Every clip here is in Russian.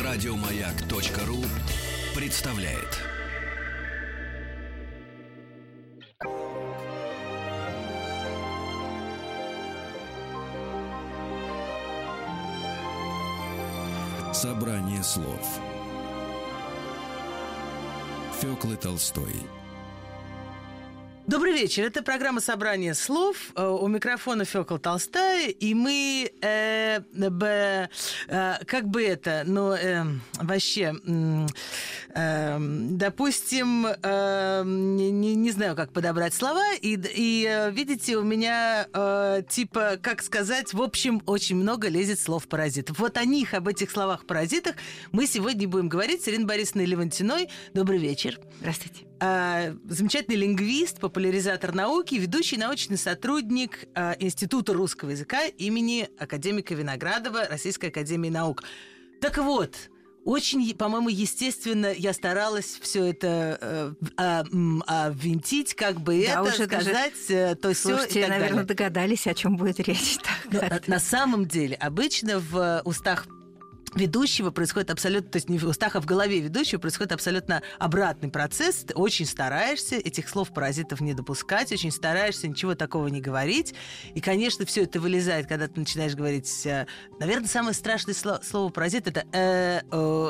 Радиомаяк.ру представляет. Собрание слов Фёклы Толстой. Добрый вечер. Это программа «Собрание слов». У микрофона Фёкла Толстая. И мы, допустим, не знаю, как подобрать слова. И видите, у меня, в общем, очень много лезет слов-паразитов. Вот о них, об этих словах-паразитах мы сегодня будем говорить с Ириной Борисовной Левантиной. Добрый вечер. Здравствуйте. Замечательный лингвист, популяризатор науки, ведущий научный сотрудник Института русского языка имени академика Виноградова Российской академии наук. Так вот, очень, по-моему, естественно, я старалась все это ввинтить, сказать, то всё. Слушайте, и так наверное, далее. Догадались, о чем будет речь. На самом деле, обычно в устах ведущего происходит абсолютно, то есть не в устах, а в голове ведущего происходит абсолютно обратный процесс. Ты очень стараешься этих слов-паразитов не допускать, очень стараешься ничего такого не говорить. И, конечно, все это вылезает, когда ты начинаешь говорить... Наверное, самое страшное слово-паразит — это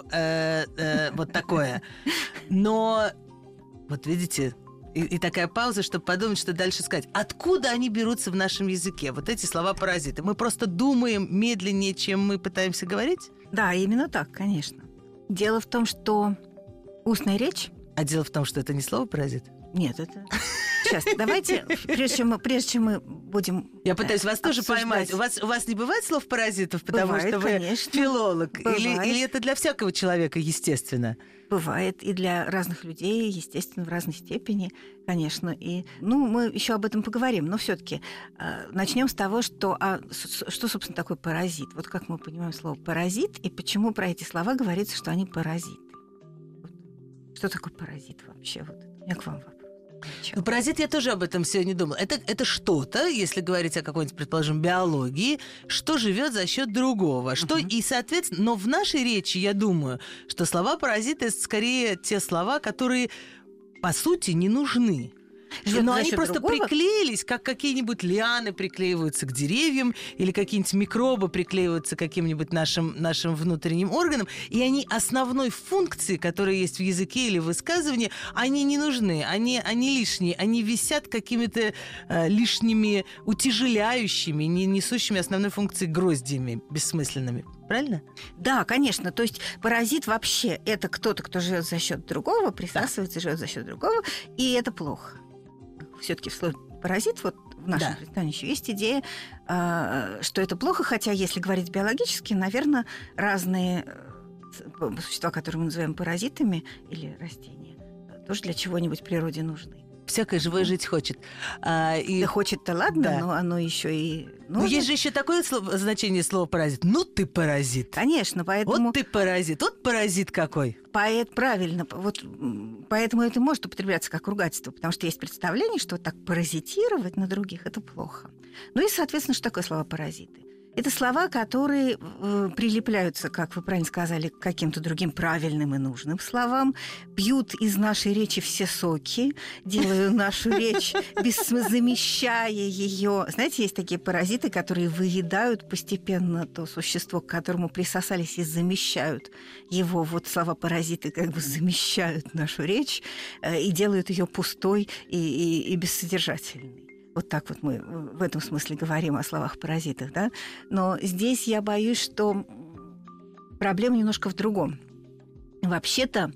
вот такое. Но, вот видите... И такая пауза, чтобы подумать, что дальше сказать. Откуда они берутся в нашем языке? Вот эти слова-паразиты. Мы просто думаем медленнее, чем мы пытаемся говорить? Да, именно так, конечно. Дело в том, что устная речь... А дело в том, что это не слово-паразит? Нет, это... Сейчас, давайте, прежде чем мы будем... Я пытаюсь вас тоже поймать. У вас не бывает слов-паразитов, потому бывает, что вы конечно. филолог? Бывает. Или это для всякого человека, естественно? Бывает и для разных людей, естественно, в разной степени, конечно. И, мы еще об этом поговорим, но все-таки начнем с того, что, собственно, такое паразит. Вот как мы понимаем слово паразит и почему про эти слова говорится, что они паразиты. Что такое паразит вообще? Вот у меня к вам вопрос. Паразит, я тоже об этом сегодня думала. Это что-то, если говорить о какой-нибудь, предположим, биологии, что живет за счет другого. Что и, соответственно, но в нашей речи, я думаю, что слова-паразиты — это скорее те слова, которые, по сути, не нужны. Но они просто приклеились, как какие-нибудь лианы приклеиваются к деревьям, или какие-нибудь микробы приклеиваются к каким-нибудь нашим внутренним органам, и они основной функции, которые есть в языке или в высказывании, они не нужны, они лишние, они висят какими-то лишними, утяжеляющими, не несущими основной функции гроздьями бессмысленными. Правильно? Да, конечно. То есть паразит вообще это кто-то, кто живет за счет другого, присасывается, живет за счет другого, и это плохо. Все-таки в слове паразит, вот в нашем представлении еще есть идея, что это плохо, хотя, если говорить биологически, наверное, разные существа, которые мы называем паразитами или растения, тоже для чего-нибудь в природе нужны. Всякое живое жить хочет. Да хочет-то ладно, но оно еще и нужно. Но есть же еще такое значение слова паразит. Ну ты паразит. Конечно, поэтому... Вот ты паразит. Вот паразит какой. Правильно. Вот поэтому это может употребляться как ругательство, потому что есть представление, что вот так паразитировать на других – это плохо. Ну и, соответственно, что такое слово «паразиты»? Это слова, которые прилепляются, как вы правильно сказали, к каким-то другим правильным и нужным словам, пьют из нашей речи все соки, делая нашу речь, замещая ее. Знаете, есть такие паразиты, которые выедают постепенно то существо, к которому присосались, и замещают его. Вот слова паразиты как бы замещают нашу речь и делают ее пустой и бессодержательной. Вот так вот мы в этом смысле говорим о словах-паразитах, да? Но здесь я боюсь, что проблема немножко в другом. Вообще-то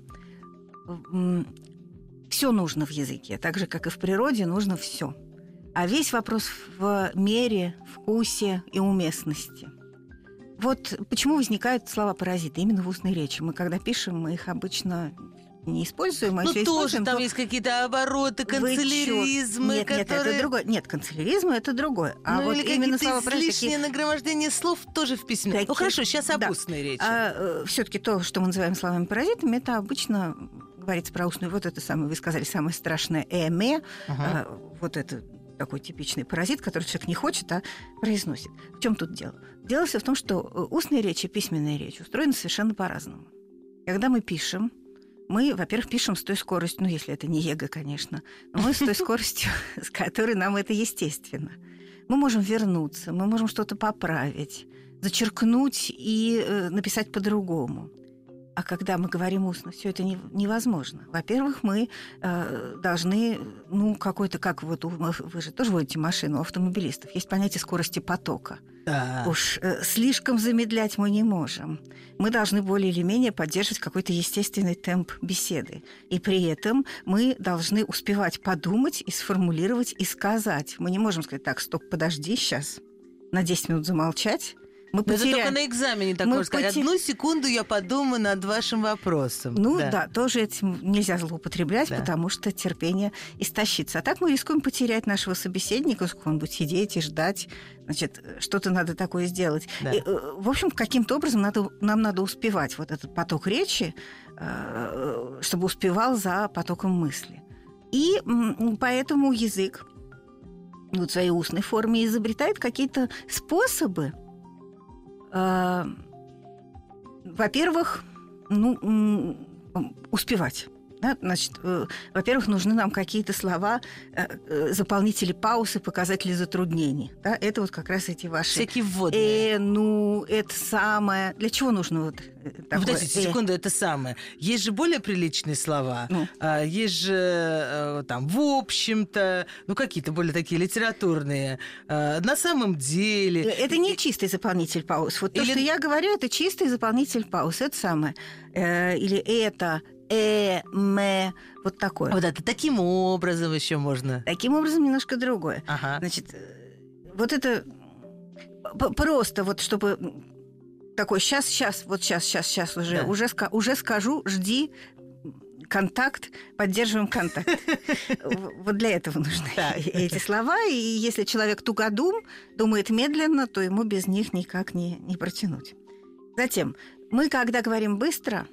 все нужно в языке, так же, как и в природе, нужно все. А весь вопрос в мере, вкусе и уместности. Вот почему возникают слова-паразиты именно в устной речи. Мы, когда пишем, мы их обычно не используем, а если тоже там есть какие-то обороты, канцеляризмы, это другое. Нет, канцеляризм — это другое. А вот именно излишнее нагромождение слов тоже в письме. Ну хорошо, сейчас об устной речи. Все-таки то, что мы называем словами-паразитами, это обычно говорится про устную. Вот это самое, вы сказали, самое страшное «эме». Вот это такой типичный паразит, который человек не хочет, а произносит. В чем тут дело? Дело все в том, что устная речь и письменная речь устроены совершенно по-разному. Когда мы пишем, мы, во-первых, пишем с той скоростью, если это не эго, конечно, но мы с той скоростью, с которой нам это естественно. Мы можем вернуться, мы можем что-то поправить, зачеркнуть и написать по-другому. А когда мы говорим устно, все это невозможно. Во-первых, мы должны, какой-то, как вот вы же тоже водите машину, у автомобилистов есть понятие скорости потока. Да. Уж слишком замедлять мы не можем. Мы должны более или менее поддерживать какой-то естественный темп беседы. И при этом мы должны успевать подумать и сформулировать, и сказать. Мы не можем сказать: так, стоп, подожди, сейчас, на 10 минут замолчать. Мы потеряем... Это только на экзамене так можно сказать. Одну секунду я подумаю над вашим вопросом. Да, тоже этим нельзя злоупотреблять, потому что терпение истощится. А так мы рискуем потерять нашего собеседника, сколько он будет сидеть и ждать. Значит, что-то надо такое сделать. Да. И, в общем, каким-то образом нам надо успевать вот этот поток речи, чтобы успевал за потоком мысли. И поэтому язык в своей устной форме изобретает какие-то способы, во-первых, успевать. Да? Значит, во-первых, нужны нам какие-то слова, заполнители пауз и показатели затруднений. Да? Это вот как раз эти ваши... Всякие вводные. Это самое... Для чего нужно вот такое? Подождите, секунду, это самое. Есть же более приличные слова. Есть же там, в общем-то, какие-то более такие литературные. На самом деле... Это не чистый заполнитель пауз. Вот то, что я говорю, это чистый заполнитель пауз. Это самое. Или это... вот такое. Вот это таким образом еще можно. Таким образом немножко другое. Ага. Значит, вот это просто вот чтобы такой сейчас уже скажу, жди, контакт, поддерживаем контакт. Вот для этого нужны эти слова. И если человек тугодум, думает медленно, то ему без них никак не протянуть. Затем, мы, когда говорим быстро,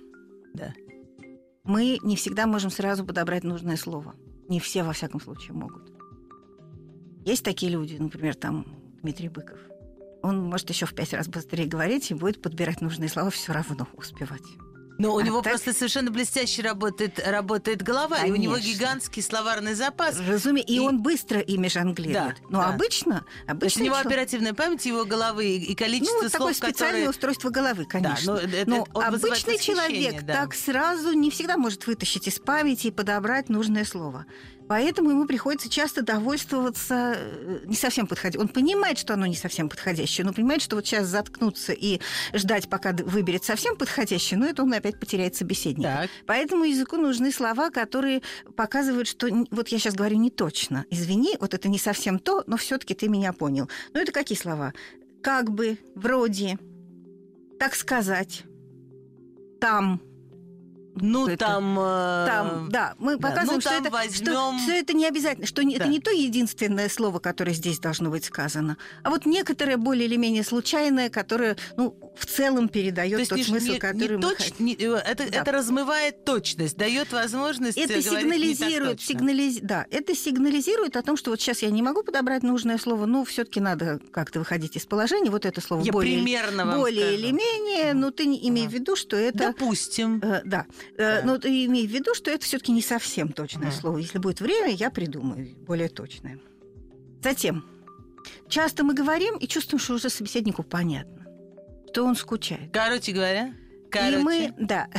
мы не всегда можем сразу подобрать нужное слово. Не все, во всяком случае, могут. Есть такие люди, например, там Дмитрий Быков. Он может еще в 5 раз быстрее говорить и будет подбирать нужные слова, все равно успевать. Но у него просто совершенно блестяще работает голова, конечно. И у него гигантский словарный запас. Разумеется, и он быстро ими жонглирует. Но обычно то есть у него оперативная память его головы и количество слов, такое специальное устройство головы, конечно. Но обычный человек так сразу не всегда может вытащить из памяти и подобрать нужное слово. Поэтому ему приходится часто довольствоваться не совсем подходящим. Он понимает, что оно не совсем подходящее, но понимает, что вот сейчас заткнуться и ждать, пока выберет совсем подходящее, это он опять потеряет собеседника. Так. Поэтому языку нужны слова, которые показывают, что вот я сейчас говорю не точно. Извини, вот это не совсем то, но все-таки ты меня понял. Это какие слова? Как бы, вроде, так сказать, там... там, да, мы показываем, что это не обязательно, что это не то единственное слово, которое здесь должно быть сказано, а вот некоторое более или менее случайное, которое, в целом передает тот смысл, который мы хотим. Это размывает точность, дает возможность это сигнализирует, это сигнализирует о том, что вот сейчас я не могу подобрать нужное слово, но все-таки надо как-то выходить из положения. Вот это слово более или менее, ты не имей в виду, что это... Допустим. Да. Но ты имей в виду, что это все-таки не совсем точное слово. Если будет время, я придумаю более точное. Затем, часто мы говорим и чувствуем, что уже собеседнику понятно, что он скучает. Короче говоря... И мы,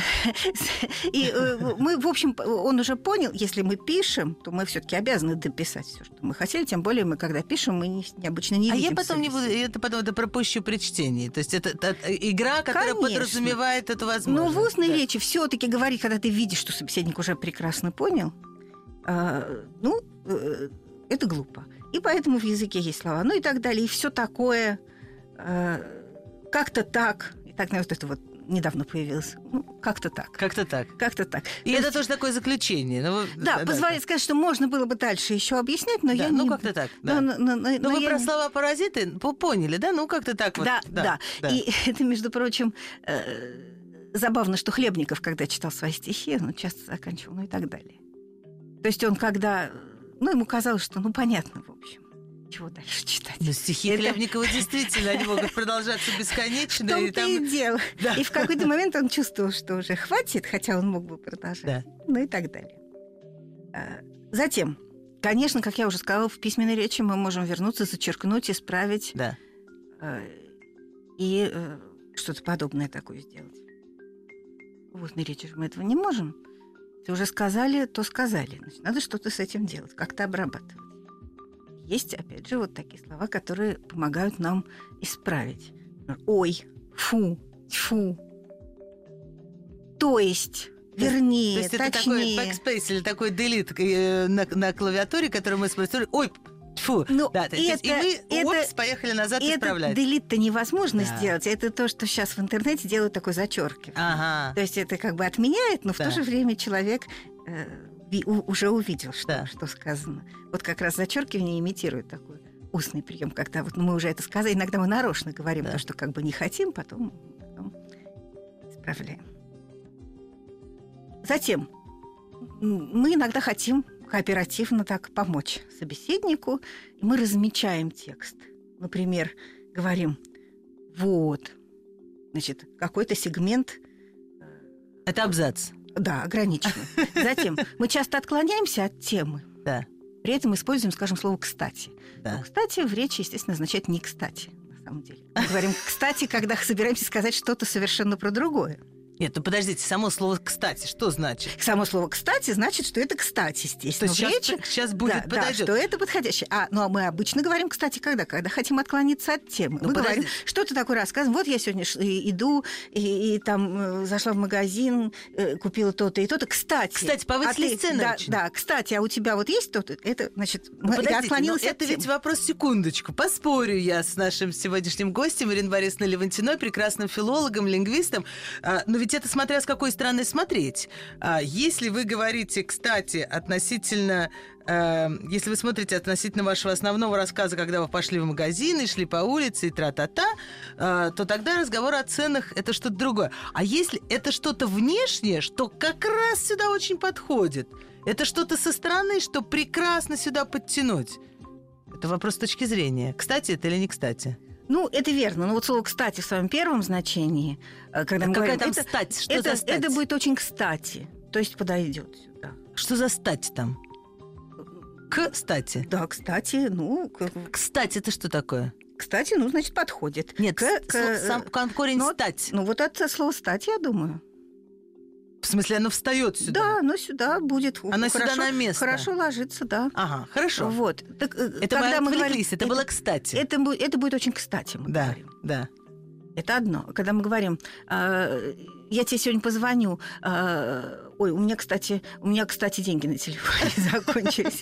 в общем, он уже понял, если мы пишем, то мы все-таки обязаны дописать все, что мы хотели, тем более мы, когда пишем, мы обычно не видим. А я потом не буду, это пропущу при чтении. То есть это игра, которая подразумевает эту возможность. Но в устной речи все-таки говорить, когда ты видишь, что собеседник уже прекрасно понял, это глупо. И поэтому в языке есть слова, и так далее, и все такое, как-то так, и так, наверное, это вот недавно появилось. Как-то так. Как-то так. Как-то так. И это тоже такое заключение. Позволяет сказать, что можно было бы дальше еще объяснять, но я не... как-то так. Но вы про слова паразиты поняли, да? Как-то так вот. Да. И это, между прочим, забавно, что Хлебников, когда читал свои стихи, он часто заканчивал, и так далее. То есть он когда... ему казалось, что, понятно, в общем. чего дальше читать? Но стихи Хлебникова действительно, они могут продолжаться бесконечно. В том-то и дело. Да. И в какой-то момент он чувствовал, что уже хватит, хотя он мог бы продолжать. Да. Ну и так далее. Затем, конечно, как я уже сказала, в письменной речи мы можем вернуться, зачеркнуть, исправить Да. И что-то подобное такое сделать. В устной речи же мы этого не можем. Если уже сказали, то сказали. Значит, надо что-то с этим делать, как-то обрабатывать. Есть, опять же, вот такие слова, которые помогают нам исправить. Ой, фу, тьфу. То есть, вернее, То есть это точнее. такой backspace или такой delete на клавиатуре, который мы используем. Ой, тьфу. Ну, Да, то есть, и мы поехали назад исправлять. Это делит-то невозможно сделать. Это то, что сейчас в интернете делают такое зачеркивание. Ага. То есть это как бы отменяет, но в то же время человек уже увидел, что сказано. Вот как раз зачеркивание имитирует такой устный прием, когда вот мы уже это сказали, иногда мы нарочно говорим то, что как бы не хотим, потом исправляем. Затем мы иногда хотим кооперативно так помочь собеседнику, и мы размечаем текст. Например, говорим: вот, значит, какой-то сегмент. Это абзац. Да, ограниченный. Затем мы часто отклоняемся от темы. Да. При этом используем, скажем, слово «кстати». Да. Но «кстати» в речи, естественно, означает «не кстати», на самом деле. Мы говорим «кстати», когда собираемся сказать что-то совершенно про другое. Нет, ну подождите, само слово «кстати» что значит? Само слово «кстати» значит, что это «кстати», естественно. То есть сейчас будет подойдет. Да, что это подходящее. А мы обычно говорим «кстати» когда хотим отклониться от темы. Мы говорим, что-то такое рассказываем. Вот я сегодня иду и там зашла в магазин, купила то-то и то-то. Кстати, повысили цены очень. Да, кстати, а у тебя вот есть то-то? Это, значит, я отклонилась от темы. Это ведь вопрос, секундочку. Поспорю я с нашим сегодняшним гостем Ириной Борисовной Левантиной, прекрасным филологом, лингвистом. Но ведь это смотря с какой стороны смотреть. Если вы говорите, кстати, относительно... Если вы смотрите относительно вашего основного рассказа, когда вы пошли в магазин и шли по улице и тра-та-та, то тогда разговор о ценах – это что-то другое. А если это что-то внешнее, что как раз сюда очень подходит, это что-то со стороны, что прекрасно сюда подтянуть, это вопрос точки зрения. Кстати это или не кстати? Ну, это верно. Но вот слово «кстати» в своем первом значении, когда мы говорим... Какая там стать? Что за стать? Это будет очень «кстати», то есть подойдет сюда. Что за стать там? Кстати. Да, кстати, Кстати, это что такое? Кстати, значит, подходит. Нет, сам корень «стать». Ну, вот от слова «стать», я думаю. В смысле, оно встает сюда? Да, оно сюда будет. Оно сюда на место. Хорошо ложится, да. Ага, хорошо. Вот. Так, это мы отвлеклись, это было «кстати». Это будет очень «кстати», мы говорим. Да. Это одно. Когда мы говорим, я тебе сегодня позвоню, ой, у меня, кстати, деньги на телефоне закончились.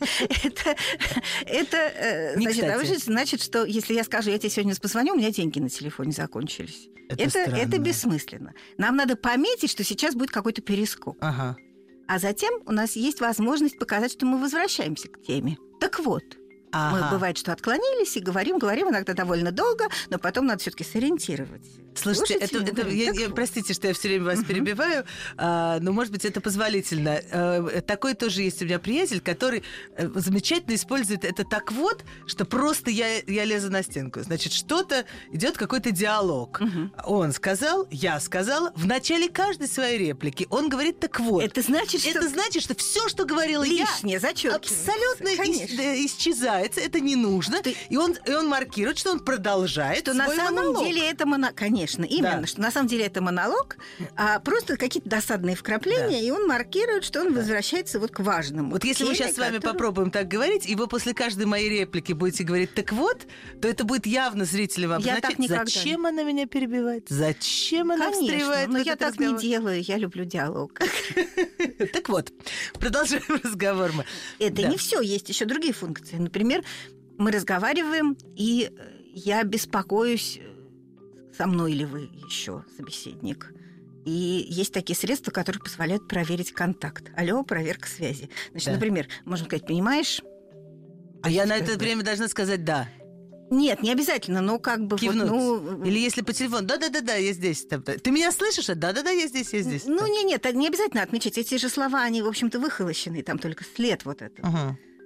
Это значит, что если я скажу, я тебе сегодня позвоню, у меня деньги на телефоне закончились. Это бессмысленно. Нам надо пометить, что сейчас будет какой-то перескок. Ага. А затем у нас есть возможность показать, что мы возвращаемся к теме. Так вот. Ага. Мы, бывает, что отклонились и говорим иногда довольно долго, но потом надо все-таки сориентировать. Слушайте, простите, что я все время вас перебиваю, но, может быть, это позволительно. Такой тоже есть у меня приятель, который замечательно использует это так вот, что просто я лезу на стенку. Значит, что-то идет какой-то диалог. Он сказал, я сказала. В начале каждой своей реплики он говорит так вот. Это значит, что все, что говорила лишнее, я, абсолютно исчезает. Это не нужно. И он маркирует, что он продолжает что свой монолог. На самом деле это монолог. Конечно, именно. Да. Что на самом деле это монолог, а просто какие-то досадные вкрапления, и он маркирует, что он возвращается вот к важному. Вот если мы сейчас с вами попробуем так говорить, и вы после каждой моей реплики будете говорить «так вот», то это будет явно зрителям обозначать, зачем она меня перебивает, зачем она встревает. Но я так не делаю, я люблю диалог. Так вот, продолжаем разговор мы. Это не все, есть еще другие функции. Например, мы разговариваем, и я беспокоюсь, со мной ли вы еще собеседник. И есть такие средства, которые позволяют проверить контакт. Алло, проверка связи. Значит, например, можно сказать, понимаешь? А я на это время должна сказать «да». Нет, не обязательно, но как бы... Кивнуть. Или если по телефону «да-да-да, я здесь». Ты меня слышишь? Да-да-да, я здесь. Ну, нет, не обязательно отмечать. Эти же слова, они, в общем-то, выхолощены, там только след вот этот.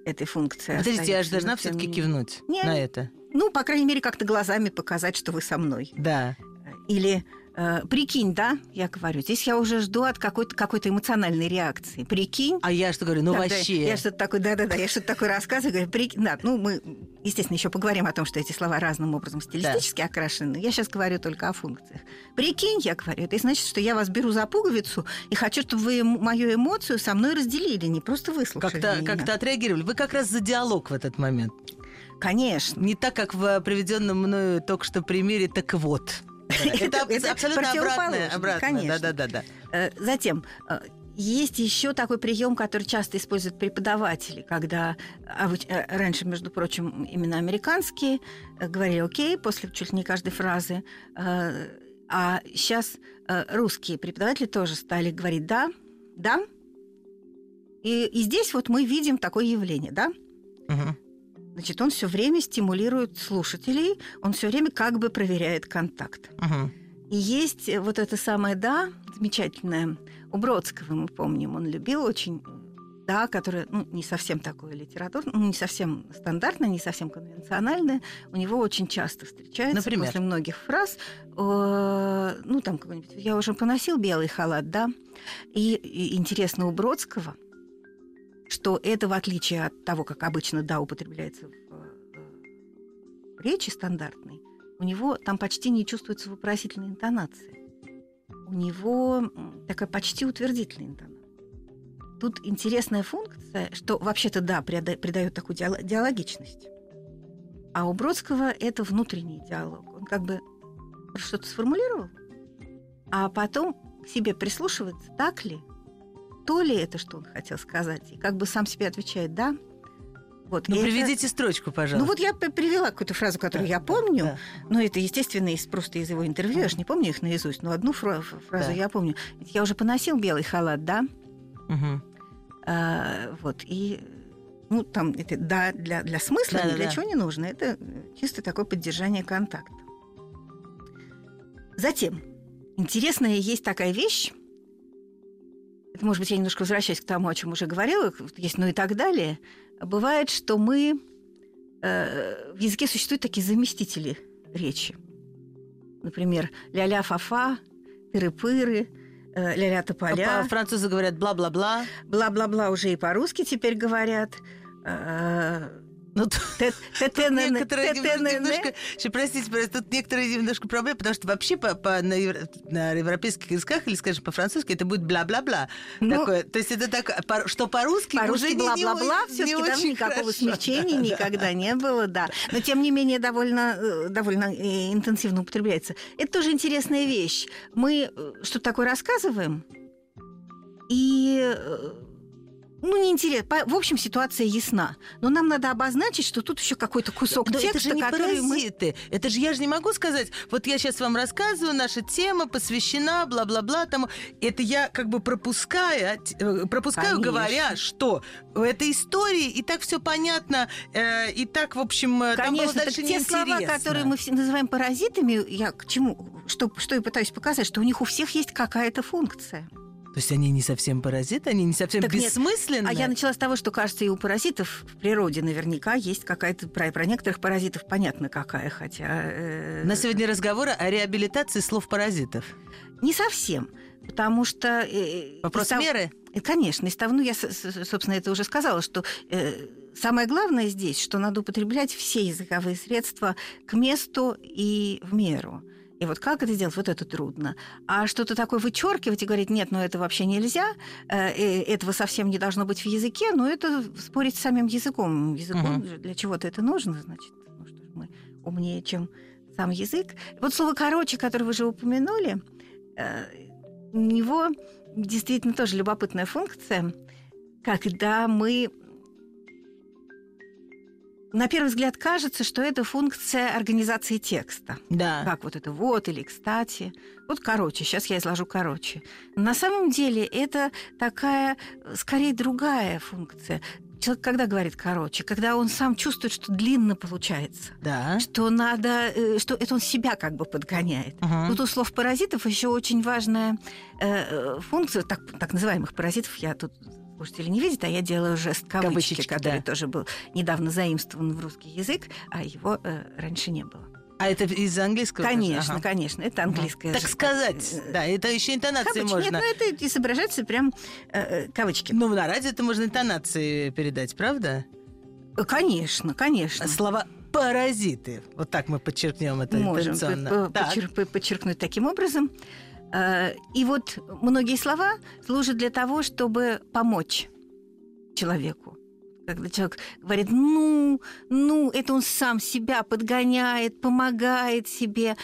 этой функции. Подождите, я же должна все-таки кивнуть на это. Ну, по крайней мере, как-то глазами показать, что вы со мной. Да. Или прикинь, да, я говорю, здесь я уже жду от какой-то эмоциональной реакции. Прикинь. А я что говорю? Ну, вообще. Я что-то такое, я что-то такое рассказываю, говорю, прикинь. Да, ну, мы, естественно, еще поговорим о том, что эти слова разным образом стилистически окрашены. Я сейчас говорю только о функциях. Прикинь, я говорю, это значит, что я вас беру за пуговицу и хочу, чтобы вы мою эмоцию со мной разделили, не просто выслушали меня. Как-то отреагировали. Вы как раз за диалог в этот момент. Конечно. Не так, как в приведенном мною только что примере «так вот». Это абсолютно обратное. Конечно. Да. Затем, есть еще такой прием, который часто используют преподаватели, когда раньше, между прочим, именно американские говорили «окей» после чуть ли не каждой фразы, а сейчас русские преподаватели тоже стали говорить «да». И здесь вот мы видим такое явление, да? Угу. Значит, он все время стимулирует слушателей, он все время как бы проверяет контакт. Угу. И есть вот это самое «да», замечательное. У Бродского, мы помним, он любил очень «да», которое не совсем такое литературное, не совсем стандартное, не совсем конвенциональное. У него очень часто встречается. Например? После многих фраз. Там какой-нибудь «я уже поносил белый халат», да. И интересно у Бродского, что это, в отличие от того, как обычно «да» употребляется в речи стандартной, у него там почти не чувствуется вопросительной интонации. У него такая почти утвердительная интонация. Тут интересная функция, что вообще-то «да» придает такую диалогичность. А у Бродского это внутренний диалог. Он как бы что-то сформулировал, а потом к себе прислушивается, так ли, то ли это, что он хотел сказать, и как бы сам себе отвечает «да». Вот, приведите строчку, пожалуйста. Ну вот я привела какую-то фразу, которую я помню, но это, естественно, просто из его интервью, я же не помню их наизусть, но одну фразу я помню. «Я уже поносил белый халат, да?» Угу. И там это «да» для смысла, ни для чего не нужно. Это чисто такое поддержание контакта. Затем, интересная есть такая вещь, это, может быть, я немножко возвращаюсь к тому, о чем уже говорила, есть «ну» и так далее. Бывает, что в языке существуют такие заместители речи. Например, ля-ля фа-фа, тыры-пыры, ля-ля тополя. Французы говорят бла-бла-бла. Бла-бла-бла уже и по-русски теперь говорят. Некоторые немножко... Простите, тут некоторые немножко проблемы, потому что вообще на европейских языках, или, скажем, по-французски, это будет бла-бла-бла. Такое. То есть это так, что по-русски уже не бла-бла-бла, всё-таки там никакого смягчения никогда не было, да. Но, тем не менее, довольно интенсивно употребляется. Это тоже интересная вещь. Мы что-то такое рассказываем, и... неинтересно. В общем, ситуация ясна. Но нам надо обозначить, что тут еще какой-то кусок текста, это же не который паразиты. Это же я же не могу сказать, вот я сейчас вам рассказываю, наша тема посвящена бла-бла-бла тому. Это я как бы пропускаю, говоря, что в этой истории и так все понятно, и так, в общем, там было дальше те слова, которые мы все называем паразитами, я к чему? Что я пытаюсь показать, что у них у всех есть какая-то функция. То есть они не совсем паразиты, они не совсем бессмысленные? Нет. А я начала с того, что, кажется, и у паразитов в природе наверняка есть какая-то... Про некоторых паразитов понятно какая, хотя... На сегодня разговор о реабилитации слов паразитов. Не совсем, потому что... Вопрос меры? Конечно. Я, собственно, это уже сказала, что самое главное здесь, что надо употреблять все языковые средства к месту и в меру. И вот как это сделать, вот это трудно. А что-то такое вычеркивать и говорить, нет, это вообще нельзя, этого совсем не должно быть в языке, это спорить с самим языком. Языку для чего-то это нужно, значит, что мы умнее, чем сам язык. Вот слово «короче», которое вы же упомянули, у него действительно тоже любопытная функция, когда мы... На первый взгляд кажется, что это функция организации текста. Да. Как вот это «вот» или «кстати». Вот «короче», сейчас я изложу «короче». На самом деле это такая, скорее, другая функция. Человек когда говорит «короче», когда он сам чувствует, что длинно получается, да. что это он себя как бы подгоняет. Тут у слов паразитов еще очень важная функция, так называемых паразитов, я тут слушатели не видят, а я делаю жест кавычки, который да. тоже был недавно заимствован в русский язык, а его раньше не было. А это из английского? Конечно, конечно, это английское. Так сказать, да, это еще интонации кавычки, можно. Нет, ну это изображается прям кавычки. Ну, на радио это можно интонации передать, правда? Конечно, конечно. Слова «паразиты». Вот так мы подчеркнем это интонационно. Подчеркнуть таким образом. И вот многие слова служат для того, чтобы помочь человеку. Когда человек говорит, это он сам себя подгоняет, помогает себе,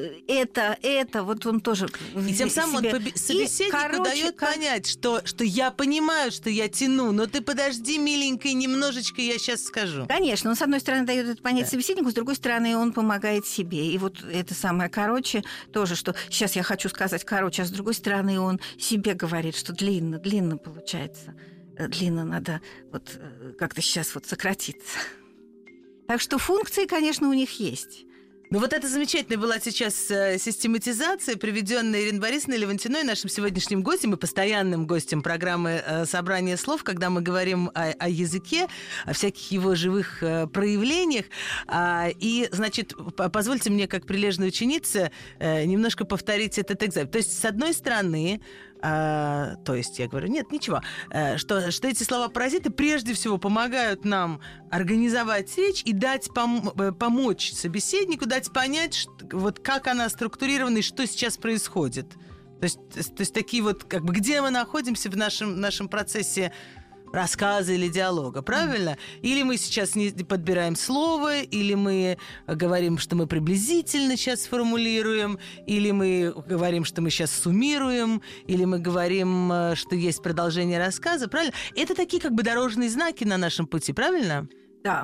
вот он тоже... И тем самым себе... он собеседнику дает понять, что я понимаю, что я тяну, но ты подожди, миленькая, немножечко я сейчас скажу. Конечно, он, с одной стороны, дает это понять собеседнику, с другой стороны, он помогает себе. И вот это самое короче тоже, что сейчас я хочу сказать короче, а с другой стороны, он себе говорит, что длинно получается. Длинно надо вот как-то сейчас вот сократиться. Так что функции, конечно, у них есть. Ну вот это замечательная была сейчас систематизация, приведенная Ириной Борисовной Левантиной, нашим сегодняшним гостем и постоянным гостем программы «Собрание слов», когда мы говорим о языке, о всяких его живых проявлениях. И, значит, позвольте мне, как прилежной ученице, немножко повторить этот экзамен. То есть, с одной стороны... то есть я говорю, нет, ничего, что эти слова «паразиты» прежде всего помогают нам организовать речь и дать помочь собеседнику, дать понять, вот как она структурирована и что сейчас происходит. То есть такие вот, как бы, где мы находимся в нашем процессе рассказа или диалога, правильно? Или мы сейчас не подбираем слово, или мы говорим, что мы приблизительно сейчас сформулируем, или мы говорим, что мы сейчас суммируем, или мы говорим, что есть продолжение рассказа, правильно? Это такие как бы дорожные знаки на нашем пути, правильно? Да.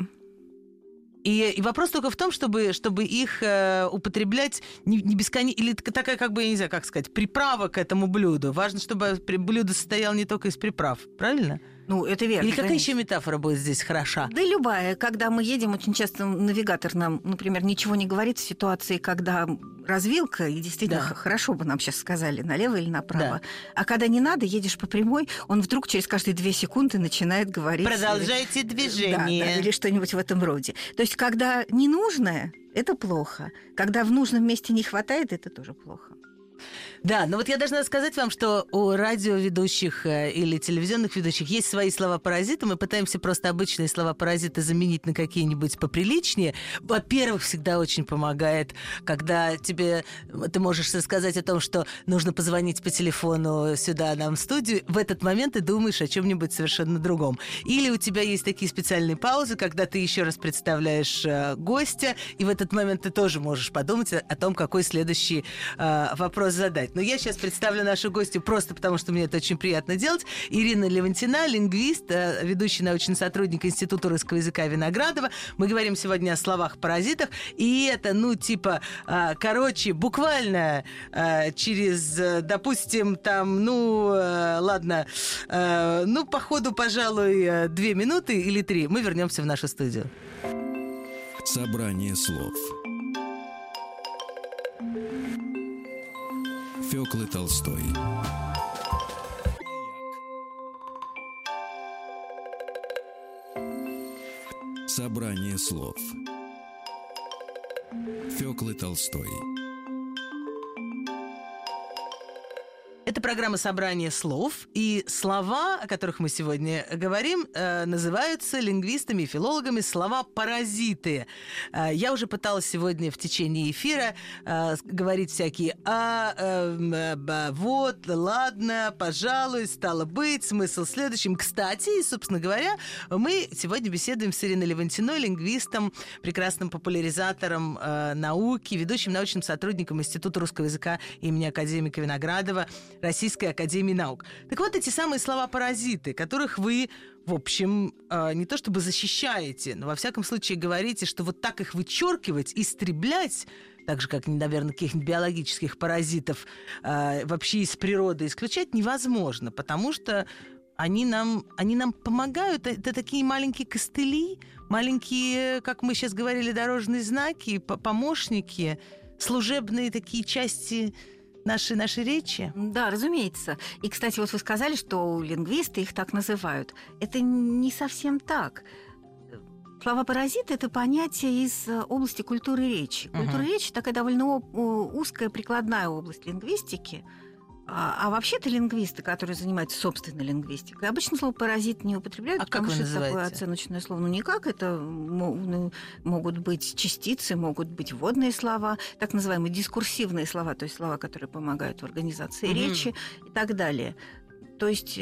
И вопрос только в том, чтобы их употреблять не бесконечно, или такая, как бы, я не знаю, как сказать, приправа к этому блюду. Важно, чтобы блюдо состояло не только из приправ, правильно? Ну, это верно. Или какая еще метафора будет здесь хороша? Да любая. Когда мы едем, очень часто навигатор нам, например, ничего не говорит в ситуации, когда развилка, и действительно хорошо бы нам сейчас сказали, налево или направо. Да. А когда не надо, едешь по прямой, он вдруг через каждые 2 секунды начинает говорить... Продолжайте движение. Да, или что-нибудь в этом роде. То есть, когда ненужное, это плохо. Когда в нужном месте не хватает, это тоже плохо. Да, но вот я должна сказать вам, что у радиоведущих или телевизионных ведущих есть свои слова-паразиты. Мы пытаемся просто обычные слова-паразиты заменить на какие-нибудь поприличнее. Во-первых, всегда очень помогает, когда ты можешь рассказать о том, что нужно позвонить по телефону сюда нам в студию. В этот момент ты думаешь о чем-нибудь совершенно другом. Или у тебя есть такие специальные паузы, когда ты еще раз представляешь гостя, и в этот момент ты тоже можешь подумать о том, какой следующий вопрос задать. Но я сейчас представлю нашу гостью просто потому, что мне это очень приятно делать. Ирина Левантина, лингвист, ведущий научный сотрудник Института русского языка Виноградова. Мы говорим сегодня о словах-паразитах. И это, буквально через, допустим, по ходу, пожалуй, 2 минуты или 3 мы вернемся в нашу студию. Собрание слов Фёклы Толстой. Собрание слов Фёклы Толстой. Это программа «Собрание слов», и слова, о которых мы сегодня говорим, называются лингвистами и филологами слова-паразиты. Я уже пыталась сегодня в течение эфира говорить всякие вот, ладно, пожалуй, стало быть, смысл следующим. Кстати, и, собственно говоря, мы сегодня беседуем с Ириной Левантиной, лингвистом, прекрасным популяризатором науки, ведущим научным сотрудником Института русского языка имени академика Виноградова Российской академии наук. Так вот, эти самые слова-паразиты, которых вы, в общем, не то чтобы защищаете, но во всяком случае говорите, что вот так их вычеркивать, истреблять, так же, как, наверное, каких-нибудь биологических паразитов вообще из природы исключать невозможно, потому что они нам помогают. Это такие маленькие костыли, маленькие, как мы сейчас говорили, дорожные знаки, помощники, служебные такие части нашей речи? Да, разумеется. И, кстати, вот вы сказали, что лингвисты их так называют. Это не совсем так. Слова-паразиты – это понятие из области культуры речи. Культура речи – такая довольно узкая прикладная область лингвистики. А вообще-то лингвисты, которые занимаются собственной лингвистикой, обычно слово «паразит» не употребляют, потому что это такое оценочное слово. Ну, никак. Это могут быть частицы, могут быть вводные слова, так называемые дискурсивные слова, то есть слова, которые помогают в организации речи и так далее. То есть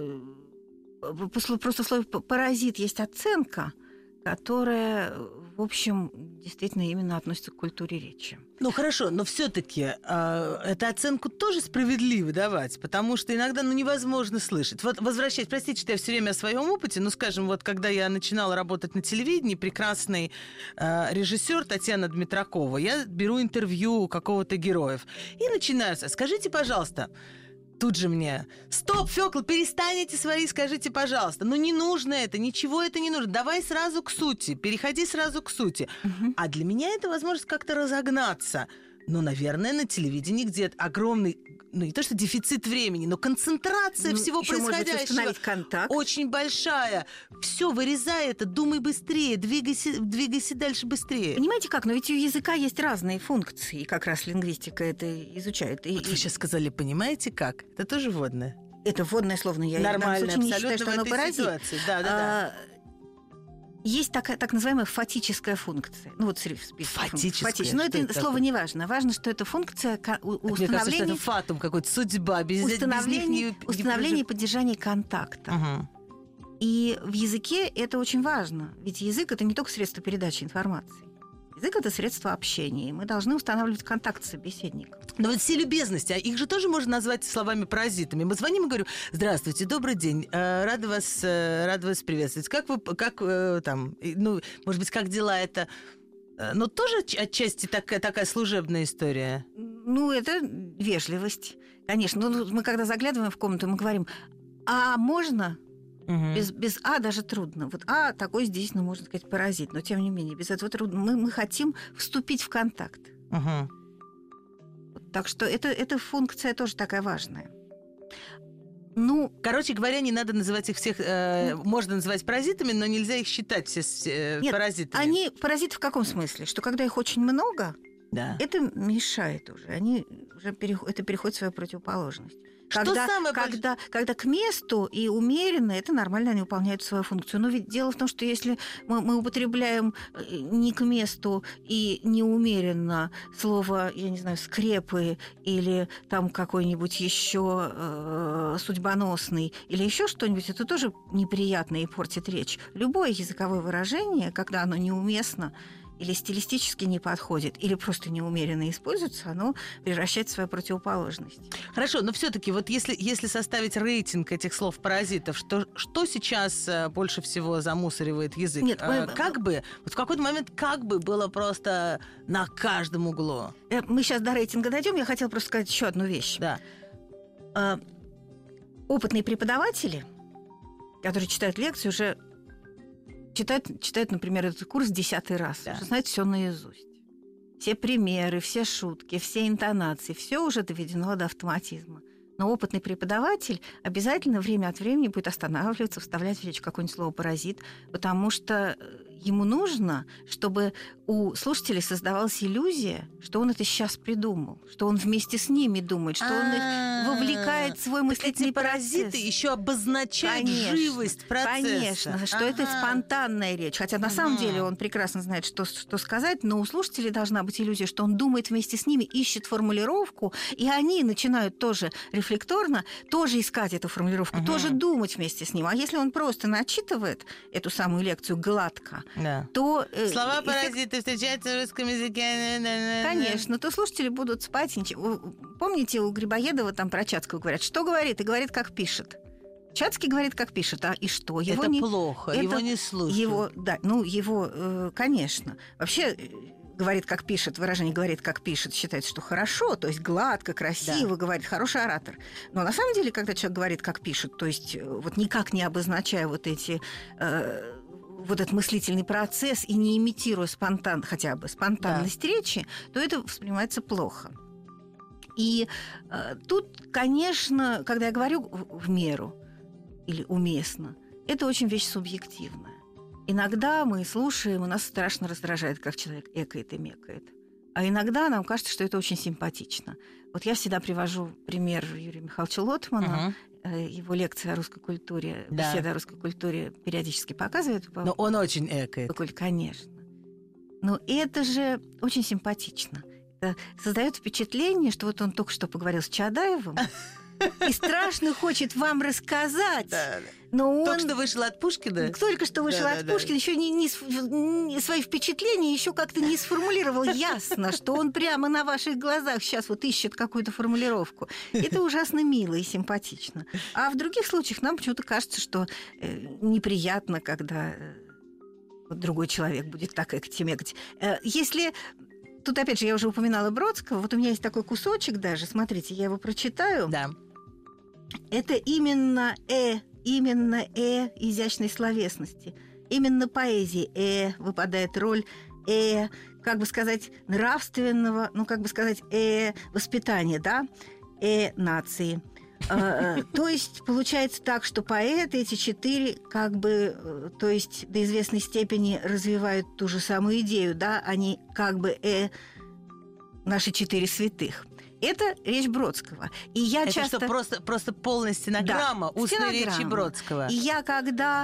просто в слове «паразит» есть оценка, которая, в общем, действительно именно относится к культуре речи. Ну хорошо, но все-таки эту оценку тоже справедливо давать, потому что иногда невозможно слышать. Вот возвращаясь, простите, что я все время о своем опыте, но, скажем, вот когда я начинала работать на телевидении, прекрасный режиссер Татьяна Дмитракова, я беру интервью у какого-то героев и начинаю: скажите, пожалуйста. Тут же мне: стоп, Фёкла, перестаньте свои, скажите, пожалуйста. Ну не нужно это, ничего это не нужно. Давай сразу к сути, переходи сразу к сути. А для меня это возможность как-то разогнаться. Но, наверное, на телевидении, где огромный, не то что дефицит времени, но концентрация всего происходящего контакт. Очень большая. Все, вырезай это, думай быстрее, двигайся дальше быстрее. Понимаете как? Но ведь у языка есть разные функции, и как раз лингвистика это изучает. Вот вы сейчас сказали, понимаете как? Это тоже вводное. Это вводное слово, но я нормально, в данном случае абсолютно не считаю, что оно паразит. Ситуации. Да. Есть так называемая фатическая функция. Ну, вот фатическая. Но это слово не важно. Важно, что это функция установления... Мне кажется, что это фатум какой-то, судьба. Установление и поддержание контакта. И в языке это очень важно. Ведь язык — это не только средство передачи информации. Язык — это средство общения, и мы должны устанавливать контакт с собеседником. Но вот все любезности, а их же тоже можно назвать словами-паразитами. Мы звоним и говорим: здравствуйте, добрый день, рада вас приветствовать. Как вы там, ну, может быть, как дела это? Но тоже отчасти такая служебная история. Ну, это вежливость, конечно. Ну, мы когда заглядываем в комнату, мы говорим: а можно... Без «а» даже трудно. Вот «а» такой здесь, можно сказать, паразит. Но, тем не менее, без этого трудно. Мы хотим вступить в контакт. Так что эта функция тоже такая важная. Ну, короче говоря, не надо называть их всех... можно называть паразитами, но нельзя их считать все паразитами. Они паразиты в каком смысле? Что когда их очень много, это мешает уже. Это переходит в свою противоположность. Когда к месту и умеренно, это нормально, они выполняют свою функцию. Но ведь дело в том, что если мы употребляем не к месту и неумеренно слово, я не знаю, скрепы или там какой-нибудь еще судьбоносный или еще что-нибудь, это тоже неприятно и портит речь. Любое языковое выражение, когда оно неуместно или стилистически не подходит, или просто неумеренно используется, оно превращается в свою противоположность. Хорошо, но все-таки вот если составить рейтинг этих слов-паразитов, что сейчас больше всего замусоривает язык? Нет, вот в какой-то момент как бы было просто на каждом углу. Мы сейчас до рейтинга дойдем. Я хотела просто сказать еще одну вещь. Да. Опытные преподаватели, которые читают лекции, уже читают, например, этот курс 10-й раз, уже знают все наизусть. Все примеры, все шутки, все интонации, все уже доведено до автоматизма. Но опытный преподаватель обязательно время от времени будет останавливаться, вставлять в речь какое-нибудь слово «паразит», потому что ему нужно, чтобы у слушателей создавалась иллюзия, что он это сейчас придумал, что он вместе с ними думает, что он их вовлекает в свой мыслительный процесс. Паразиты еще обозначают живость процесса. Конечно, что это спонтанная речь. Хотя на самом деле он прекрасно знает, что сказать, но у слушателей должна быть иллюзия, что он думает вместе с ними, ищет формулировку, и они начинают тоже рефлекторно тоже искать эту формулировку, тоже думать вместе с ним. А если он просто начитывает эту самую лекцию гладко, то... Слова паразиты встречаются в русском языке. Конечно, то слушатели будут спать. Помните, у Грибоедова там про Чацкого говорят, что говорит, и говорит, как пишет. Чацкий говорит, как пишет, а и что? Это плохо, его не слушают. Его, конечно. Вообще... говорит, как пишет, выражение «говорит, как пишет», считается, что хорошо, то есть гладко, красиво, говорит, хороший оратор. Но на самом деле, когда человек говорит, как пишет, то есть вот никак не обозначая вот этот мыслительный процесс и не имитируя хотя бы спонтанность речи, то это воспринимается плохо. И тут, конечно, когда я говорю в меру или уместно, это очень вещь субъективная. Иногда мы слушаем, и нас страшно раздражает, как человек экает и мекает. А иногда нам кажется, что это очень симпатично. Вот я всегда привожу пример Юрия Михайловича Лотмана. Его лекции о русской культуре, беседы о русской культуре периодически показывают. Но он очень экает. Конечно. Но это же очень симпатично. Это создает впечатление, что вот он только что поговорил с Чадаевым и страшно хочет вам рассказать. Но он только что вышел от Пушкина. Только что вышел от Пушкина, еще свои впечатления еще как-то не сформулировал ясно, что он прямо на ваших глазах сейчас вот ищет какую-то формулировку. Это ужасно мило и симпатично. А в других случаях нам почему-то кажется, что неприятно, когда другой человек будет так экать. Если... Тут, опять же, я уже упоминала Бродского. Вот у меня есть такой кусочек даже. Смотрите, я его прочитаю. Да. Это именно изящной словесности. Именно поэзии выпадает роль как бы сказать, нравственного, воспитания, да, нации. То есть получается так, что поэты эти 4 как бы, то есть до известной степени развивают ту же самую идею, да, они как бы наши 4 святых. Это речь Бродского. И я это часто... что, просто полная стенограмма устной речи Бродского? И я когда...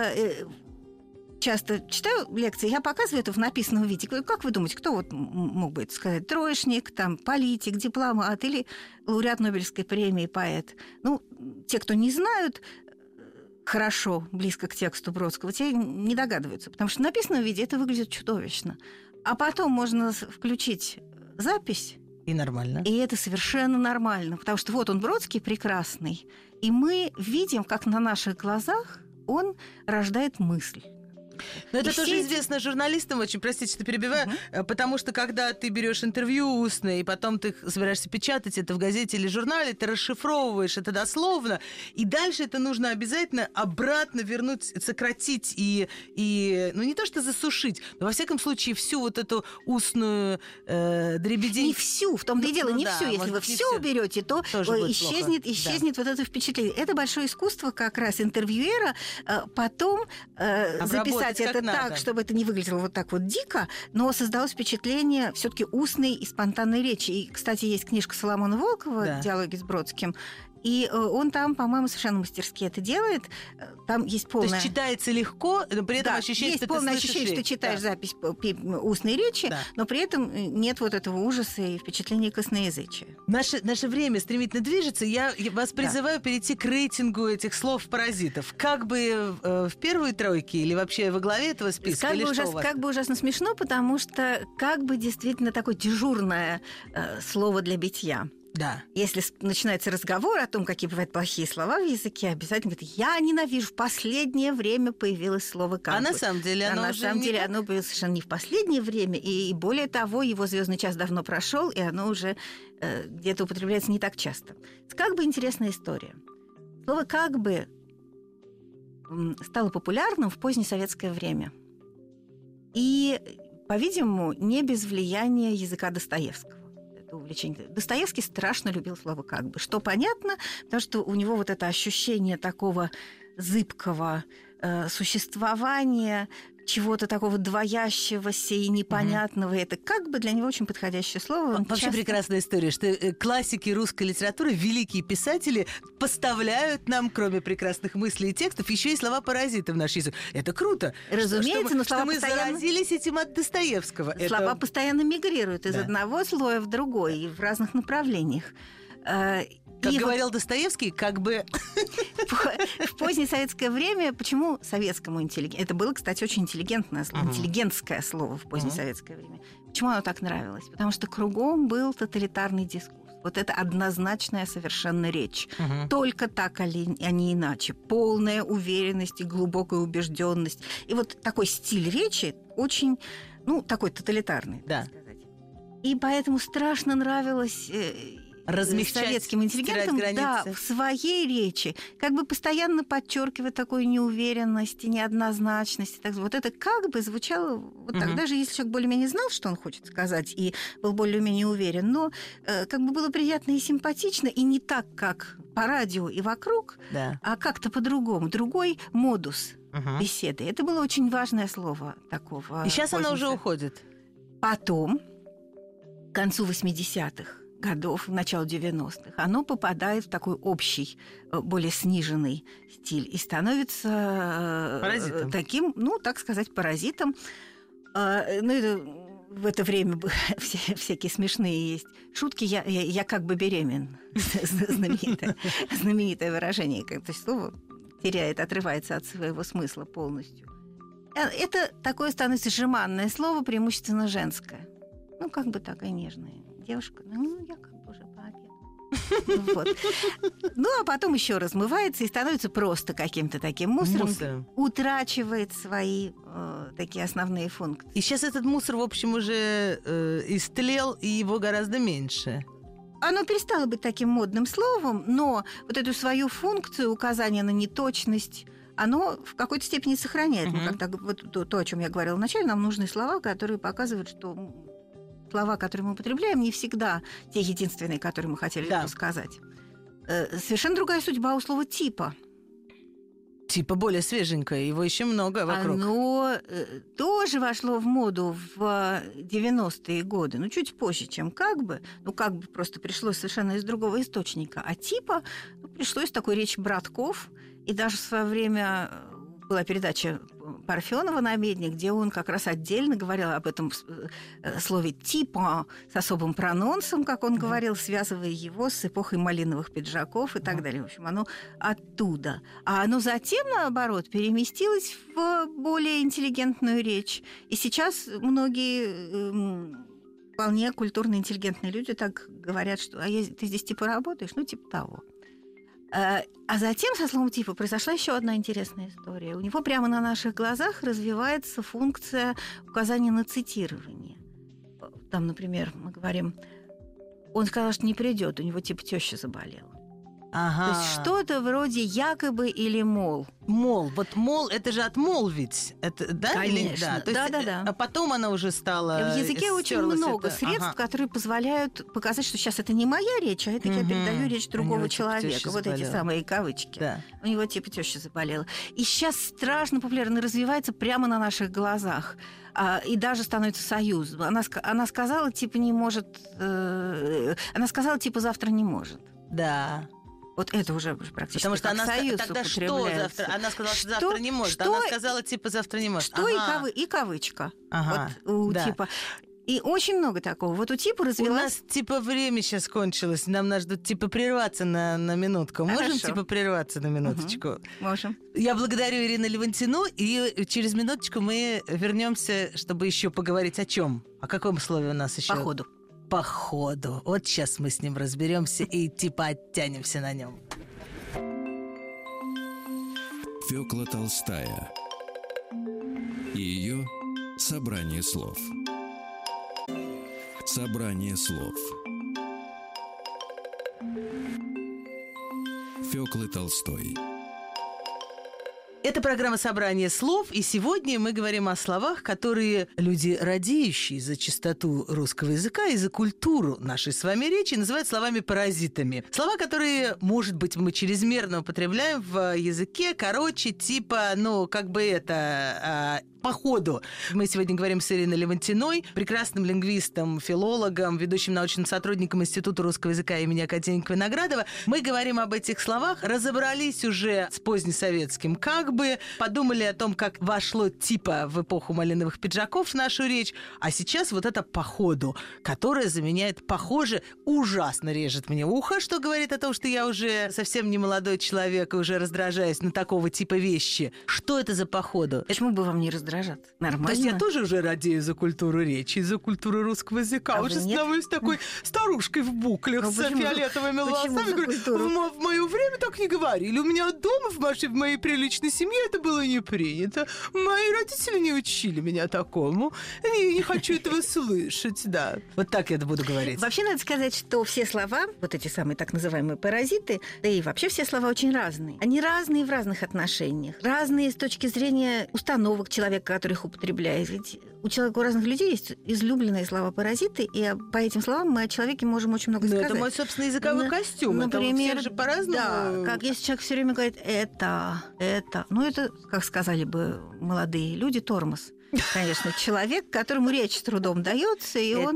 часто читаю лекции, я показываю это в написанном виде. Как вы думаете, кто вот мог бы это сказать? Троечник, там, политик, дипломат или лауреат Нобелевской премии, поэт? Ну, те, кто не знают хорошо, близко к тексту Бродского, те не догадываются, потому что в написанном виде это выглядит чудовищно. А потом можно включить запись, и нормально. И это совершенно нормально, потому что вот он, Бродский, прекрасный, и мы видим, как на наших глазах он рождает мысль. Но это тоже известно журналистам, очень, простите, что перебиваю, потому что когда ты берешь интервью устное, и потом ты собираешься печатать это в газете или журнале, ты расшифровываешь это дословно, и дальше это нужно обязательно обратно вернуть, сократить и ну не то что засушить, но во всяком случае всю вот эту устную дребедень. Не всю, в том-то и дело, не всю. Если вы все уберете, то исчезнет вот это впечатление. Это большое искусство как раз интервьюера потом записать это так, чтобы это не выглядело вот так вот дико, но создалось впечатление все-таки устной и спонтанной речи. И, кстати, есть книжка Соломона Волкова «Диалоги с Бродским», и он там, по-моему, совершенно мастерски это делает. Там есть полное... То есть читается легко, но при этом ощущение, что ты слышишь... есть полное ощущение, что ты читаешь запись устной речи, но при этом нет вот этого ужаса и впечатления косноязычия. Наше время стремительно движется. Я вас призываю перейти к рейтингу этих слов-паразитов. Как бы в первой тройке или вообще во главе этого списка? Как бы ужасно смешно, потому что как бы действительно такое дежурное слово для битья. Да. Если начинается разговор о том, какие бывают плохие слова в языке, обязательно говорит: я ненавижу, в последнее время появилось слово «как бы». А на самом деле оно оно появилось совершенно не в последнее время, и более того, его звездный час давно прошел, и оно уже где-то употребляется не так часто. «Как бы» интересная история. Слово «как бы» стало популярным в позднесоветское время. И, по-видимому, не без влияния языка Достоевского. Увлечение. Достоевский страшно любил слово «как бы», что понятно, потому что у него вот это ощущение такого зыбкого существования, чего-то такого двоящегося и непонятного. Это как бы для него очень подходящее слово. Вообще прекрасная история, что классики русской литературы, великие писатели поставляют нам, кроме прекрасных мыслей и текстов, еще и слова-паразиты в наш язык. Это круто. Разумеется, но слова мы заразились этим от Достоевского. Слова постоянно мигрируют из одного слоя в другой и в разных направлениях. Как говорил Достоевский, как бы... В позднее советское время, почему советскому интеллигенту... Это было, кстати, очень интеллигентное слово, интеллигентское слово в позднее советское время. Почему оно так нравилось? Потому что кругом был тоталитарный дискурс. Вот это однозначная совершенно речь. Только так, а не иначе. Полная уверенность и глубокая убежденность. И вот такой стиль речи очень, такой тоталитарный, так сказать. И поэтому страшно нравилось... размягчать, советским интеллигентом, да, в своей речи, как бы постоянно подчеркивая такую неуверенность и неоднозначность. Так, вот это как бы звучало вот так. Даже если человек более-менее знал, что он хочет сказать, и был более-менее уверен, но как бы было приятно и симпатично, и не так, как по радио и вокруг, а как-то по-другому. Другой модус беседы. Это было очень важное слово такого. И сейчас оно уже уходит. Потом, к концу 80-х годов, в начало 90-х, оно попадает в такой общий, более сниженный стиль и становится таким, ну, так сказать, паразитом. В это время всякие смешные есть шутки. Я как бы беременна. Знаменитое выражение. То есть слово теряет, отрывается от своего смысла полностью. Это такое становится жеманное слово, преимущественно женское. Ну, как бы такая нежная девушка. Ну, я как бы уже пообедала. Вот. Ну, а потом еще размывается и становится просто каким-то таким мусором. Утрачивает свои такие основные функции. И сейчас этот мусор, в общем, уже истлел, и его гораздо меньше. Оно перестало быть таким модным словом, но вот эту свою функцию указания на неточность, оно в какой-то степени сохраняет. Вот то, о чем я говорила вначале, нам нужны слова, которые показывают, что слова, которые мы употребляем, не всегда те единственные, которые мы хотели бы сказать. Совершенно другая судьба у слова «типа». Типа более свеженькое, его еще много вокруг. Оно тоже вошло в моду в 90-е годы, ну, чуть позже, чем как бы. Ну, как бы просто пришло совершенно из другого источника. А типа пришло из такой речи братков. И даже в свое время была передача Парфенова на Медне, где он как раз отдельно говорил об этом слове «типа» с особым прононсом, как он говорил, связывая его с эпохой малиновых пиджаков и так далее. В общем, оно оттуда. А оно затем, наоборот, переместилось в более интеллигентную речь. И сейчас многие вполне культурно интеллигентные люди так говорят, что ты здесь типа работаешь? Ну, типа того. А затем со словом «типа» произошла еще одна интересная история. У него прямо на наших глазах развивается функция указания на цитирование. Там, например, мы говорим, он сказал, что не придет, у него типа теща заболела. То есть что-то вроде якобы или мол. Мол. Вот мол, это же отмолвить. Это, да? Конечно. Или, да. Да. А потом она уже стала... В языке очень много средств, которые позволяют показать, что сейчас это не моя речь, а это я передаю речь другого человека. Вот эти самые кавычки. Да. У него типа теща заболела. И сейчас страшно популярно развивается прямо на наших глазах. И даже становится союзом. Она сказала, типа, не может... Она сказала, типа, завтра не может. Да. Вот это уже практически потому что как союз тогда что завтра? Она сказала, что завтра не может. Она сказала, типа, завтра не может. Что и кавычка. Вот у типа... И очень много такого. Вот у типа развилась... У нас, типа, время сейчас кончилось. Нам надо, типа, прерваться на минутку. Хорошо. Можем, типа, прерваться на минуточку? Можем. Я благодарю Ирину Левантину, и через минуточку мы вернемся, чтобы еще поговорить о чем? О каком слове у нас еще? По ходу. Вот сейчас мы с ним разберемся и типа оттянемся на нем. Фёкла Толстая и ее собрание слов. Собрание слов. Фёклы Толстой. Это программа «Собрание слов», и сегодня мы говорим о словах, которые люди, радеющие за чистоту русского языка и за культуру нашей с вами речи, называют словами-паразитами. Слова, которые, может быть, мы чрезмерно употребляем в языке, короче, типа, по ходу. Мы сегодня говорим с Ириной Левантиной, прекрасным лингвистом, филологом, ведущим научным сотрудником Института русского языка имени академика Виноградова. Мы говорим об этих словах, разобрались уже с позднесоветским «как бы», подумали о том, как вошло типа в эпоху малиновых пиджаков в нашу речь, а сейчас вот это «по ходу», которое заменяет «похоже», ужасно режет мне ухо, что говорит о том, что я уже совсем не молодой человек и уже раздражаюсь на такого типа вещи. Что это за «по ходу»? Почему бы вам не раздражаться? Нормально. То есть я тоже уже радею за культуру речи, за культуру русского языка. Уже становлюсь такой старушкой в буклях с фиолетовыми волосами. В мое время так не говорили. У меня дома, в моей приличной семье, семье это было не принято. Мои родители не учили меня такому. Не хочу этого слышать, да. Вот так я буду говорить. Вообще надо сказать, что все слова, вот эти самые так называемые паразиты, да и вообще все слова очень разные. Они разные в разных отношениях. Разные с точки зрения установок человека, который их употребляет. Ведь у разных людей есть излюбленные слова-паразиты, и по этим словам мы о человеке можем очень много сказать. Это мой собственный языковой костюм. Например, это же по-разному. Да, как если человек все время говорит это. Ну, это, как сказали бы молодые люди, тормоз. Конечно, человек, которому речь с трудом дается, и он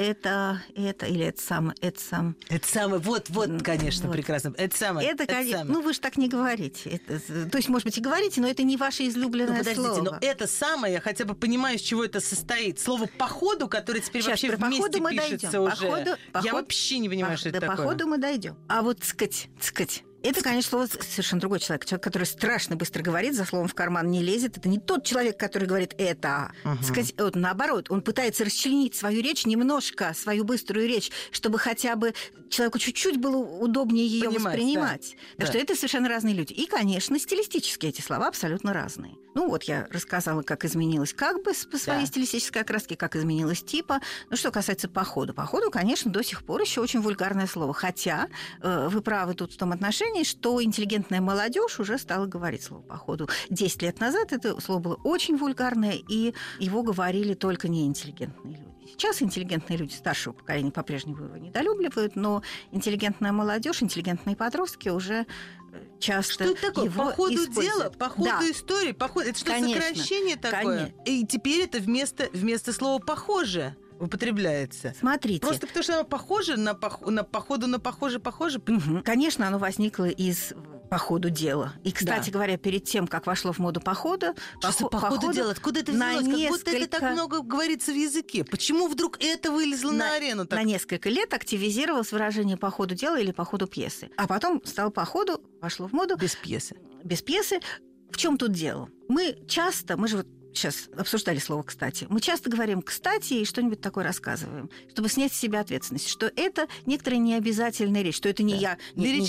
это или это самое. Это самое, вот, конечно, прекрасно. Это самое. Это, конечно, ну вы же так не говорите. То есть, может быть, и говорите, но это не ваше излюбленное слово. Подождите, но это самое, я хотя бы понимаю, из чего это состоит. Слово «походу», которое теперь сейчас, вообще вместе пишется уже. Я вообще не понимаю, что это такое. До походу мы дойдем. А вот цкать. Это, конечно, слово совершенно другой человек. Человек, который страшно быстро говорит, за словом в карман не лезет. Это не тот человек, который говорит «это». Вот, наоборот, он пытается расчленить свою речь немножко, свою быструю речь, чтобы хотя бы человеку чуть-чуть было удобнее ее воспринимать. Да. Так что это совершенно разные люди. И, конечно, стилистически эти слова абсолютно разные. Ну вот я рассказала, как изменилось как бы по своей стилистической окраске, как изменилось типа. Ну что касается походу. Походу, конечно, до сих пор еще очень вульгарное слово. Хотя вы правы тут в том отношении, что интеллигентная молодежь уже стала говорить слово «походу». 10 лет назад это слово было очень вульгарное, и его говорили только неинтеллигентные люди. Сейчас интеллигентные люди старшего поколения по-прежнему его недолюбливают, но интеллигентная молодежь, интеллигентные подростки уже часто что это такое? Его по ходу используют. дела, по ходу истории, по ходу... Это что, конечно, сокращение такое? Конечно. И теперь это вместо слова «похоже» употребляется. Смотрите. Просто потому что оно похоже на походу на похоже. Угу. Конечно, оно возникло из по ходу дела. И, кстати говоря, перед тем, как вошло в моду похода... По ходу дела? Откуда это взялось? Как будто это так много говорится в языке. Почему вдруг это вылезло на арену? На несколько лет активизировалось выражение по ходу дела или по ходу пьесы. А потом стало по ходу, вошло в моду... Без пьесы. Без пьесы. В чем тут дело? Мы же вот сейчас обсуждали слово «кстати». Мы часто говорим «кстати» и что-нибудь такое рассказываем, чтобы снять с себя ответственность, что это некоторая необязательная речь, что это не я не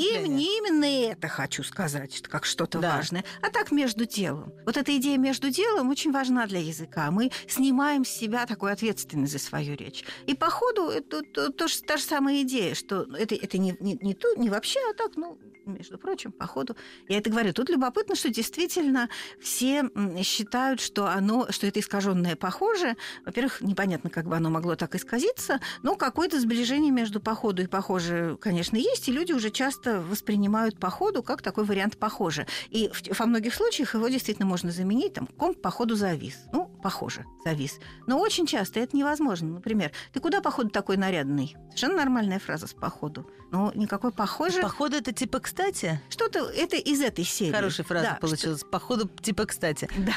именно это хочу сказать, что как что-то важное, а так между делом. Вот эта идея между делом очень важна для языка. Мы снимаем с себя такую ответственность за свою речь. И по ходу это та же самая идея, что это не вообще, а так, между прочим, по ходу. Я это говорю. Тут любопытно, что действительно все считают, что это искаженное похоже. Во-первых, непонятно, как бы оно могло так исказиться, но какое-то сближение между походу и похоже, конечно, есть, и люди уже часто воспринимают походу как такой вариант похоже. И во многих случаях его действительно можно заменить, комп походу завис. Похоже, завис. Но очень часто это невозможно. Например, ты куда походу такой нарядный? Совершенно нормальная фраза с походу. Но никакой похоже... Походу это типа «кстати»? Что-то это из этой серии. Хорошая фраза получилась. Походу типа «кстати». Да.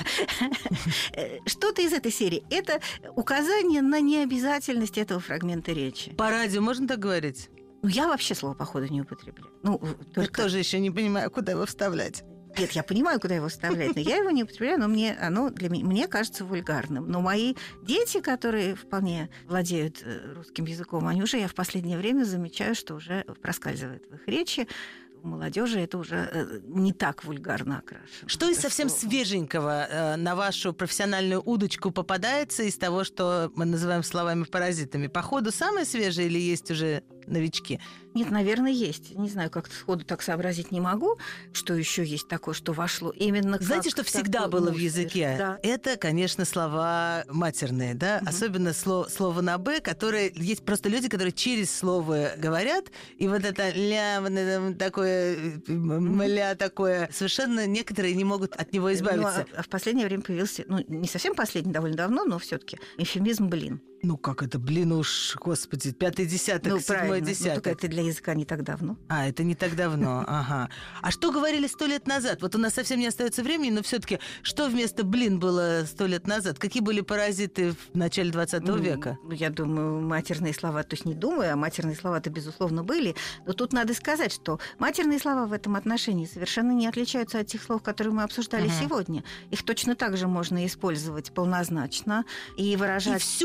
Что-то из этой серии. Это указание на необязательность этого фрагмента речи. По радио можно так говорить? Я вообще слово «походу» не употребляю. Я тоже еще не понимаю, куда его вставлять. Нет, я понимаю, куда его вставлять, но я его не употребляю, но мне кажется вульгарным. Но мои дети, которые вполне владеют русским языком, я в последнее время замечаю, что уже проскальзывает в их речи. У молодежи это уже не так вульгарно окрашено. Что из совсем свеженького на вашу профессиональную удочку попадается из того, что мы называем словами-паразитами? По ходу самое свежее или есть уже новички? Нет, наверное, есть. Не знаю, как сходу так сообразить не могу, что еще есть такое, что вошло именно. Знаете, что всегда было в языке? Да. Это, конечно, слова матерные, да? Угу. Особенно слово на «б», которые есть просто люди, которые через слово говорят, и вот это ля, такое, мля такое, совершенно некоторые не могут от него избавиться. А в последнее время появился, не совсем последний, довольно давно, но все-таки эвфемизм «блин». Как это, уж, господи, 5-й десяток, 7-й десяток. Только это для языка не так давно. Это не так давно, ага. А что говорили 100 лет назад? Вот у нас совсем не остается времени, но все-таки что вместо «блин» было 100 лет назад? Какие были паразиты в начале 20 века? Я думаю, матерные слова, то есть не думаю, а матерные слова-то, безусловно, были. Но тут надо сказать, что матерные слова в этом отношении совершенно не отличаются от тех слов, которые мы обсуждали сегодня. Их точно так же можно использовать полнозначно и выражать... И все по-русски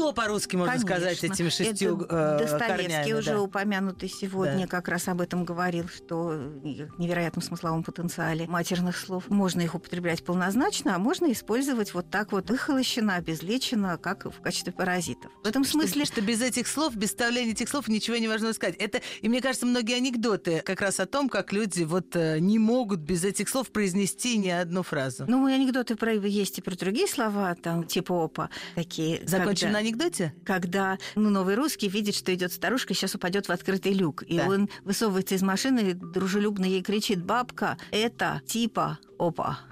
Достоевский, можно сказать, этими 6 Достоевский, корнями, уже да. упомянутый сегодня, как раз об этом говорил, что в невероятном смысловом потенциале матерных слов можно их употреблять полнозначно, а можно использовать вот так вот выхолощенно, обезличенно, как в качестве паразитов. В этом смысле... Что без этих слов, без вставления этих слов ничего невозможно сказать. Это, и мне кажется, многие анекдоты как раз о том, как люди вот не могут без этих слов произнести ни одну фразу. Ну, анекдоты про есть и про другие слова, там, типа опа, такие. Закончим на анекдоте? Когда новый русский видит, что идет старушка, сейчас упадет в открытый люк. И он высовывается из машины и дружелюбно ей кричит: бабка, это типа опа.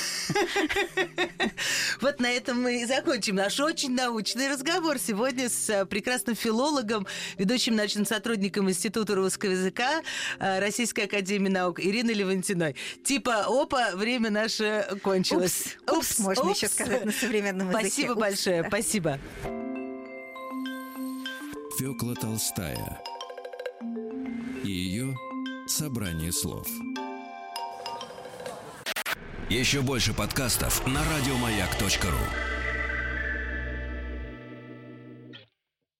Вот на этом мы и закончим наш очень научный разговор сегодня с прекрасным филологом, ведущим научным сотрудником Института русского языка Российской академии наук Ириной Левантиной. Типа опа, время наше кончилось. Упс, можно еще сказать на современном языке. Спасибо большое, да. Спасибо. Фёкла Толстая и ее собрание слов. Еще больше подкастов на радиомаяк.ру.